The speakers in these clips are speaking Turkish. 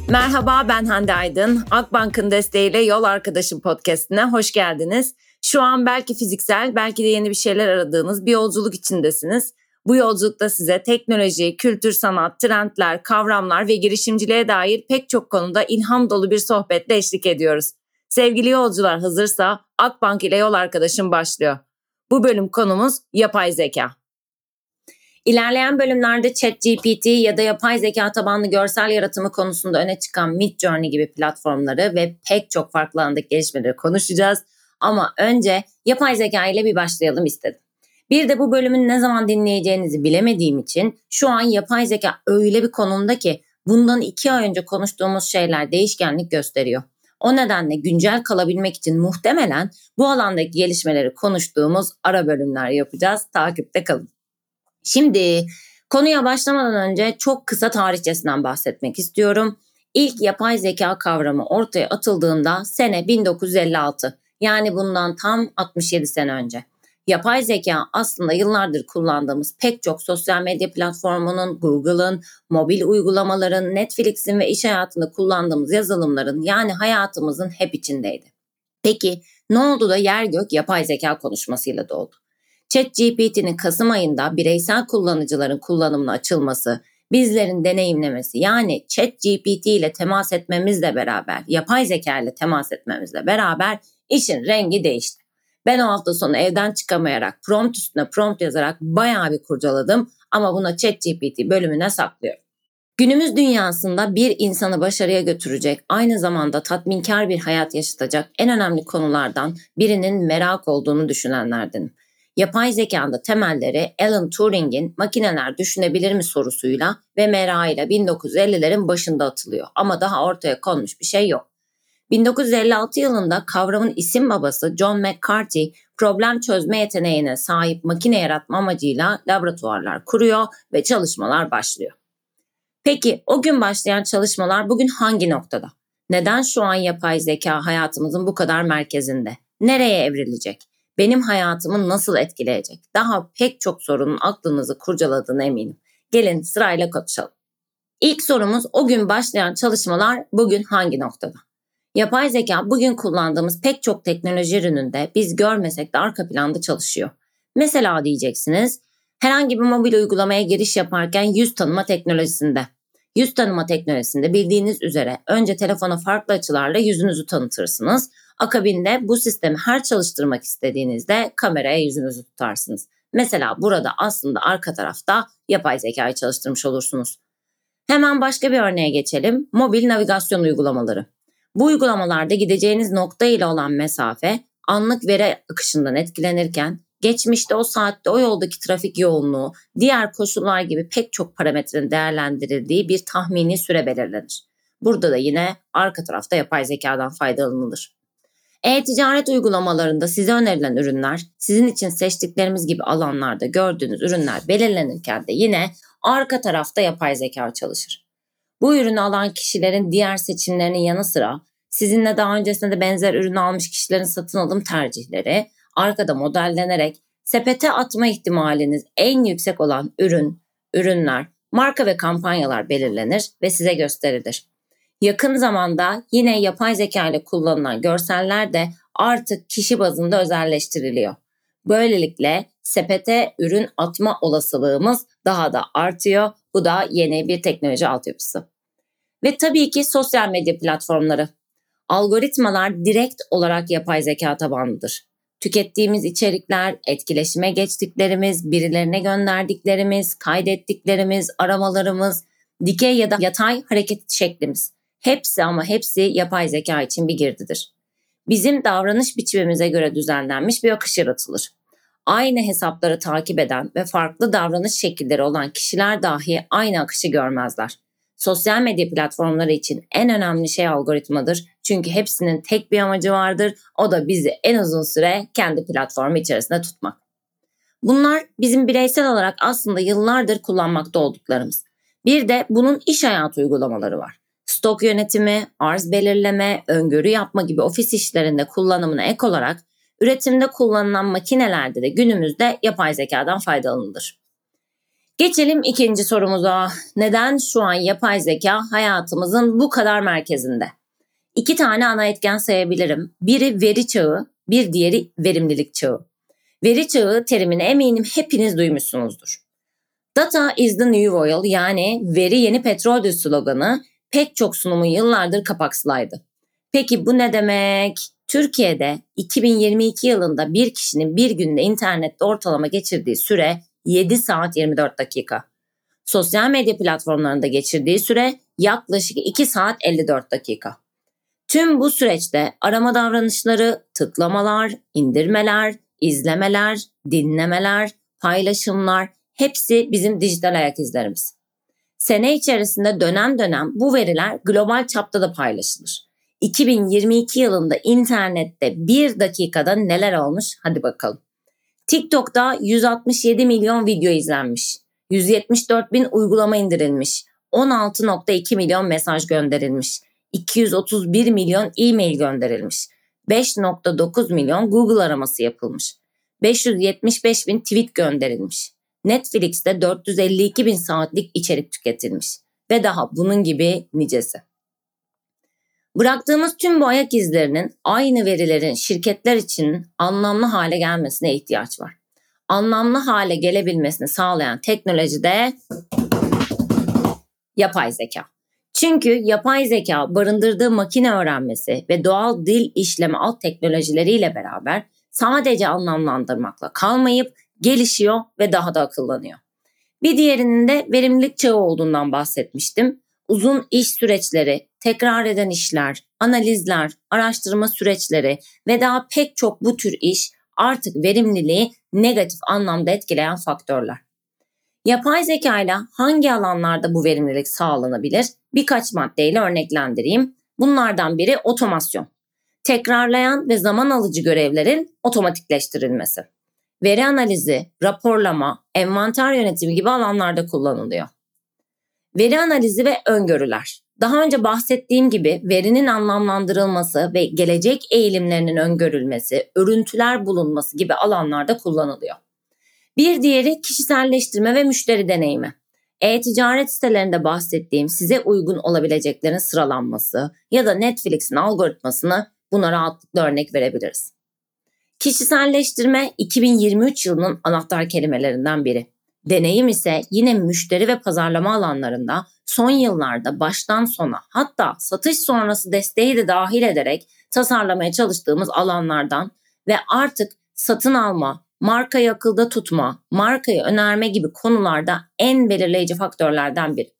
Merhaba, ben Hande Aydın. Akbank'ın desteğiyle Yol Arkadaşım podcastine hoş geldiniz. Şu an belki fiziksel, belki de yeni bir şeyler aradığınız bir yolculuk içindesiniz. Bu yolculukta size teknoloji, kültür, sanat, trendler, kavramlar ve girişimciliğe dair pek çok konuda ilham dolu bir sohbetle eşlik ediyoruz. Sevgili yolcular hazırsa Akbank ile Yol Arkadaşım başlıyor. Bu bölüm konumuz yapay zeka. İlerleyen bölümlerde ChatGPT ya da yapay zeka tabanlı görsel yaratımı konusunda öne çıkan Midjourney gibi platformları ve pek çok farklı alandaki gelişmeleri konuşacağız. Ama önce yapay zeka ile bir başlayalım istedim. Bir de bu bölümün ne zaman dinleyeceğinizi bilemediğim için şu an yapay zeka öyle bir konumda ki bundan 2 ay önce konuştuğumuz şeyler değişkenlik gösteriyor. O nedenle güncel kalabilmek için muhtemelen bu alandaki gelişmeleri konuştuğumuz ara bölümler yapacağız. Takipte kalın. Şimdi konuya başlamadan önce çok kısa tarihçesinden bahsetmek istiyorum. İlk yapay zeka kavramı ortaya atıldığında sene 1956, yani bundan tam 67 sene önce. Yapay zeka aslında yıllardır kullandığımız pek çok sosyal medya platformunun, Google'ın, mobil uygulamaların, Netflix'in ve iş hayatında kullandığımız yazılımların, yani hayatımızın hep içindeydi. Peki ne oldu da yer gök yapay zeka konuşmasıyla doğdu? ChatGPT'nin Kasım ayında bireysel kullanıcıların kullanımına açılması, bizlerin deneyimlemesi, yani ChatGPT ile temas etmemizle beraber, yapay zeka ile temas etmemizle beraber işin rengi değişti. Ben o hafta sonu evden çıkamayarak prompt üstüne prompt yazarak bayağı bir kurcaladım ama buna ChatGPT bölümüne saklıyorum. Günümüz dünyasında bir insanı başarıya götürecek, aynı zamanda tatminkar bir hayat yaşatacak en önemli konulardan birinin merak olduğunu düşünenlerdenim. Yapay zekanın temelleri Alan Turing'in makineler düşünebilir mi sorusuyla ve merakıyla 1950'lerin başında atılıyor ama daha ortaya konmuş bir şey yok. 1956 yılında kavramın isim babası John McCarthy problem çözme yeteneğine sahip makine yaratma amacıyla laboratuvarlar kuruyor ve çalışmalar başlıyor. Peki o gün başlayan çalışmalar bugün hangi noktada? Neden şu an yapay zeka hayatımızın bu kadar merkezinde? Nereye evrilecek? Benim hayatımı nasıl etkileyecek? Daha pek çok sorunun aklınızı kurcaladığına eminim. Gelin sırayla konuşalım. İlk sorumuz, o gün başlayan çalışmalar bugün hangi noktada? Yapay zeka bugün kullandığımız pek çok teknoloji ürününde biz görmesek de arka planda çalışıyor. Mesela diyeceksiniz, herhangi bir mobil uygulamaya giriş yaparken yüz tanıma teknolojisinde. Yüz tanıma teknolojisinde bildiğiniz üzere önce telefona farklı açılarla yüzünüzü tanıtırsınız. Akabinde bu sistemi her çalıştırmak istediğinizde kameraya yüzünüzü tutarsınız. Mesela burada aslında arka tarafta yapay zekayı çalıştırmış olursunuz. Hemen başka bir örneğe geçelim. Mobil navigasyon uygulamaları. Bu uygulamalarda gideceğiniz nokta ile olan mesafe anlık veri akışından etkilenirken geçmişte o saatte o yoldaki trafik yoğunluğu, diğer koşullar gibi pek çok parametrenin değerlendirildiği bir tahmini süre belirlenir. Burada da yine arka tarafta yapay zekadan faydalanılır. E-ticaret uygulamalarında size önerilen ürünler, sizin için seçtiklerimiz gibi alanlarda gördüğünüz ürünler belirlenirken de yine arka tarafta yapay zeka çalışır. Bu ürünü alan kişilerin diğer seçimlerinin yanı sıra sizinle daha öncesinde de benzer ürünü almış kişilerin satın alım tercihleri arkada modellenerek sepete atma ihtimaliniz en yüksek olan ürünler, marka ve kampanyalar belirlenir ve size gösterilir. Yakın zamanda yine yapay zeka ile kullanılan görseller de artık kişi bazında özelleştiriliyor. Böylelikle sepete ürün atma olasılığımız daha da artıyor. Bu da yeni bir teknoloji altyapısı. Ve tabii ki sosyal medya platformları. Algoritmalar direkt olarak yapay zeka tabanlıdır. Tükettiğimiz içerikler, etkileşime geçtiklerimiz, birilerine gönderdiklerimiz, kaydettiklerimiz, aramalarımız, dikey ya da yatay hareket şeklimiz. Hepsi ama hepsi yapay zeka için bir girdidir. Bizim davranış biçimimize göre düzenlenmiş bir akış yaratılır. Aynı hesapları takip eden ve farklı davranış şekilleri olan kişiler dahi aynı akışı görmezler. Sosyal medya platformları için en önemli şey algoritmadır. Çünkü hepsinin tek bir amacı vardır. O da bizi en uzun süre kendi platformu içerisinde tutmak. Bunlar bizim bireysel olarak aslında yıllardır kullanmakta olduklarımız. Bir de bunun iş hayatı uygulamaları var. Stok yönetimi, arz belirleme, öngörü yapma gibi ofis işlerinde kullanımına ek olarak üretimde kullanılan makinelerde de günümüzde yapay zekadan faydalanılır. Geçelim ikinci sorumuza. Neden şu an yapay zeka hayatımızın bu kadar merkezinde? 2 tane ana etken sayabilirim. Biri veri çağı, bir diğeri verimlilik çağı. Veri çağı terimini eminim hepiniz duymuşsunuzdur. Data is the new oil, yani veri yeni petroldür sloganı pek çok sunumu yıllardır kapaksılaydı. Peki bu ne demek? Türkiye'de 2022 yılında bir kişinin bir günde internette ortalama geçirdiği süre 7 saat 24 dakika. Sosyal medya platformlarında geçirdiği süre yaklaşık 2 saat 54 dakika. Tüm bu süreçte arama davranışları, tıklamalar, indirmeler, izlemeler, dinlemeler, paylaşımlar hepsi bizim dijital ayak izlerimiz. Sene içerisinde dönem dönem bu veriler global çapta da paylaşılır. 2022 yılında internette bir dakikada neler olmuş? Hadi bakalım. TikTok'ta 167 milyon video izlenmiş, 174 bin uygulama indirilmiş, 16.2 milyon mesaj gönderilmiş, 231 milyon e-mail gönderilmiş, 5.9 milyon Google araması yapılmış, 575 bin tweet gönderilmiş, Netflix'te 452 bin saatlik içerik tüketilmiş ve daha bunun gibi nicesi. Bıraktığımız tüm bu ayak izlerinin aynı verilerin şirketler için anlamlı hale gelmesine ihtiyaç var. Anlamlı hale gelebilmesini sağlayan teknoloji de yapay zeka. Çünkü yapay zeka barındırdığı makine öğrenmesi ve doğal dil işleme alt teknolojileriyle beraber sadece anlamlandırmakla kalmayıp gelişiyor ve daha da akıllanıyor. Bir diğerinin de verimlilik çağı olduğundan bahsetmiştim. Uzun iş süreçleri, tekrar eden işler, analizler, araştırma süreçleri ve daha pek çok bu tür iş artık verimliliği negatif anlamda etkileyen faktörler. Yapay zeka ile hangi alanlarda bu verimlilik sağlanabilir? Birkaç maddeyle örneklendireyim. Bunlardan biri otomasyon. Tekrarlayan ve zaman alıcı görevlerin otomatikleştirilmesi. Veri analizi, raporlama, envanter yönetimi gibi alanlarda kullanılıyor. Veri analizi ve öngörüler. Daha önce bahsettiğim gibi verinin anlamlandırılması ve gelecek eğilimlerinin öngörülmesi, örüntüler bulunması gibi alanlarda kullanılıyor. Bir diğeri kişiselleştirme ve müşteri deneyimi. E-ticaret sitelerinde bahsettiğim size uygun olabileceklerin sıralanması ya da Netflix'in algoritmasını buna rahatlıkla örnek verebiliriz. Kişiselleştirme 2023 yılının anahtar kelimelerinden biri. Deneyim ise yine müşteri ve pazarlama alanlarında son yıllarda baştan sona, hatta satış sonrası desteği de dahil ederek tasarlamaya çalıştığımız alanlardan ve artık satın alma, markayı akılda tutma, markayı önerme gibi konularda en belirleyici faktörlerden biri.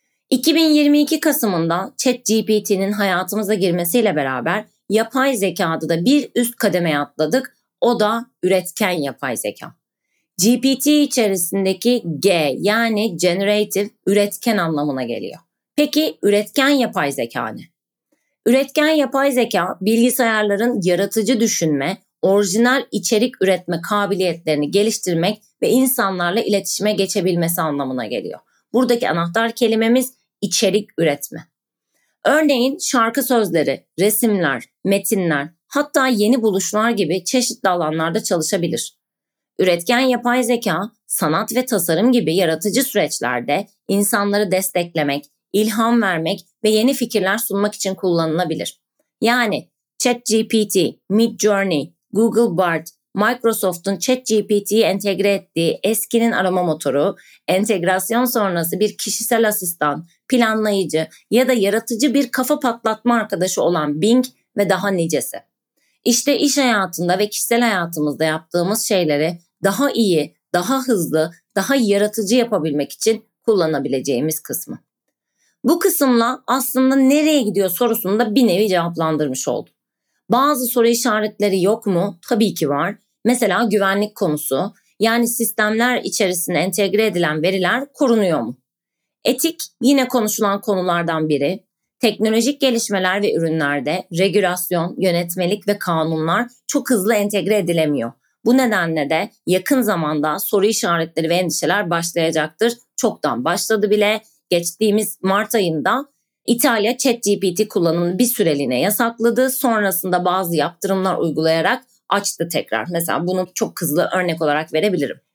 2022 Kasım'ında ChatGPT'nin hayatımıza girmesiyle beraber yapay zekada da bir üst kademeye atladık. O da üretken yapay zeka. GPT içerisindeki G, yani generative, üretken anlamına geliyor. Peki üretken yapay zeka ne? Üretken yapay zeka bilgisayarların yaratıcı düşünme, orijinal içerik üretme kabiliyetlerini geliştirmek ve insanlarla iletişime geçebilmesi anlamına geliyor. Buradaki anahtar kelimemiz içerik üretme. Örneğin şarkı sözleri, resimler, metinler, hatta yeni buluşlar gibi çeşitli alanlarda çalışabilir. Üretken yapay zeka, sanat ve tasarım gibi yaratıcı süreçlerde insanları desteklemek, ilham vermek ve yeni fikirler sunmak için kullanılabilir. Yani ChatGPT, Midjourney, Google Bard, Microsoft'un ChatGPT'yi entegre ettiği eskinin arama motoru, entegrasyon sonrası bir kişisel asistan, planlayıcı ya da yaratıcı bir kafa patlatma arkadaşı olan Bing ve daha nicesi. İşte iş hayatında ve kişisel hayatımızda yaptığımız şeyleri daha iyi, daha hızlı, daha yaratıcı yapabilmek için kullanabileceğimiz kısmı. Bu kısımla aslında nereye gidiyor sorusunu da bir nevi cevaplandırmış oldum. Bazı soru işaretleri yok mu? Tabii ki var. Mesela güvenlik konusu, yani sistemler içerisine entegre edilen veriler korunuyor mu? Etik yine konuşulan konulardan biri. Teknolojik gelişmeler ve ürünlerde regülasyon, yönetmelik ve kanunlar çok hızlı entegre edilemiyor. Bu nedenle de yakın zamanda soru işaretleri ve endişeler başlayacaktır. Çoktan başladı bile. Geçtiğimiz Mart ayında İtalya ChatGPT kullanımını bir süreliğine yasakladı. Sonrasında bazı yaptırımlar uygulayarak açtı tekrar. Mesela bunu çok hızlı örnek olarak verebilirim.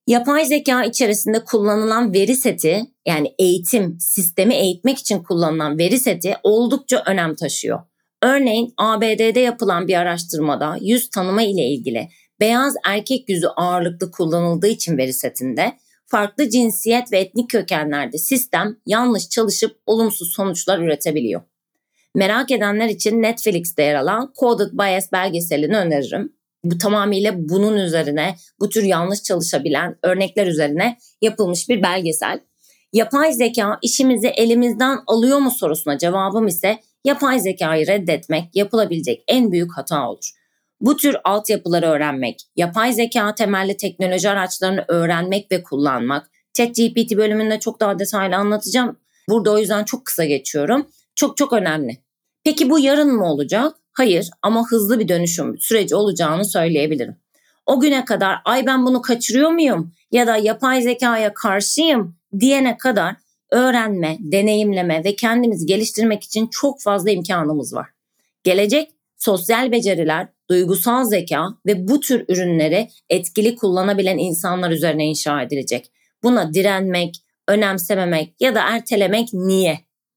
Yapay zeka içerisinde kullanılan veri seti, yani eğitim, sistemi eğitmek için kullanılan veri seti oldukça önem taşıyor. Örneğin ABD'de yapılan bir araştırmada yüz tanıma ile ilgili beyaz erkek yüzü ağırlıklı kullanıldığı için veri setinde farklı cinsiyet ve etnik kökenlerde sistem yanlış çalışıp olumsuz sonuçlar üretebiliyor. Merak edenler için Netflix'te yer alan Coded Bias belgeselini öneririm. Bu tamamıyla bunun üzerine, bu tür yanlış çalışabilen örnekler üzerine yapılmış bir belgesel. Yapay zeka işimizi elimizden alıyor mu sorusuna cevabım ise yapay zekayı reddetmek yapılabilecek en büyük hata olur. Bu tür altyapıları öğrenmek, yapay zeka temelli teknoloji araçlarını öğrenmek ve kullanmak, ChatGPT bölümünde çok daha detaylı anlatacağım. Burada o yüzden çok kısa geçiyorum. Çok önemli. Peki bu yarın mı olacak? Hayır, ama hızlı bir dönüşüm süreci olacağını söyleyebilirim. O güne kadar ben bunu kaçırıyor muyum ya da yapay zekaya karşıyım diyene kadar öğrenme, deneyimleme ve kendimizi geliştirmek için çok fazla imkanımız var. Gelecek sosyal beceriler, duygusal zeka ve bu tür ürünleri etkili kullanabilen insanlar üzerine inşa edilecek. Buna direnmek, önemsememek ya da ertelemek niye?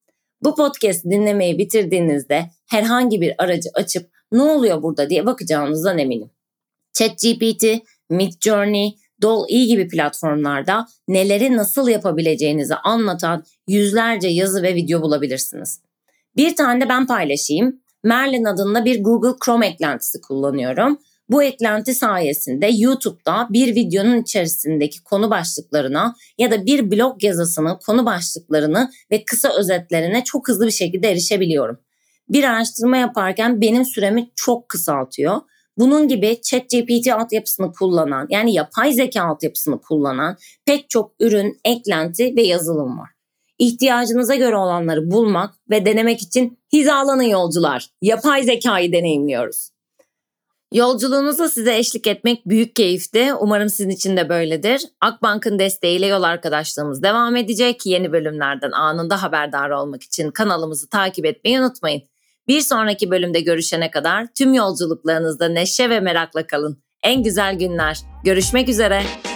Bu podcast'i dinlemeyi bitirdiğinizde herhangi bir aracı açıp ne oluyor burada diye bakacağınızdan eminim. ChatGPT, Midjourney, DALL-E gibi platformlarda neleri nasıl yapabileceğinizi anlatan yüzlerce yazı ve video bulabilirsiniz. Bir tane de ben paylaşayım. Merlin adında bir Google Chrome eklentisi kullanıyorum. Bu eklenti sayesinde YouTube'da bir videonun içerisindeki konu başlıklarına ya da bir blog yazısının konu başlıklarını ve kısa özetlerine çok hızlı bir şekilde erişebiliyorum. Bir araştırma yaparken benim süremi çok kısaltıyor. Bunun gibi ChatGPT altyapısını kullanan, yani yapay zeka altyapısını kullanan pek çok ürün, eklenti ve yazılım var. İhtiyacınıza göre olanları bulmak ve denemek için hizalanın yolcular. Yapay zekayı deneyimliyoruz. Yolculuğunuzda size eşlik etmek büyük keyifti. Umarım sizin için de böyledir. Akbank'ın desteğiyle yol arkadaşlığımız devam edecek. Yeni bölümlerden anında haberdar olmak için kanalımızı takip etmeyi unutmayın. Bir sonraki bölümde görüşene kadar tüm yolculuklarınızda neşe ve merakla kalın. En güzel günler. Görüşmek üzere.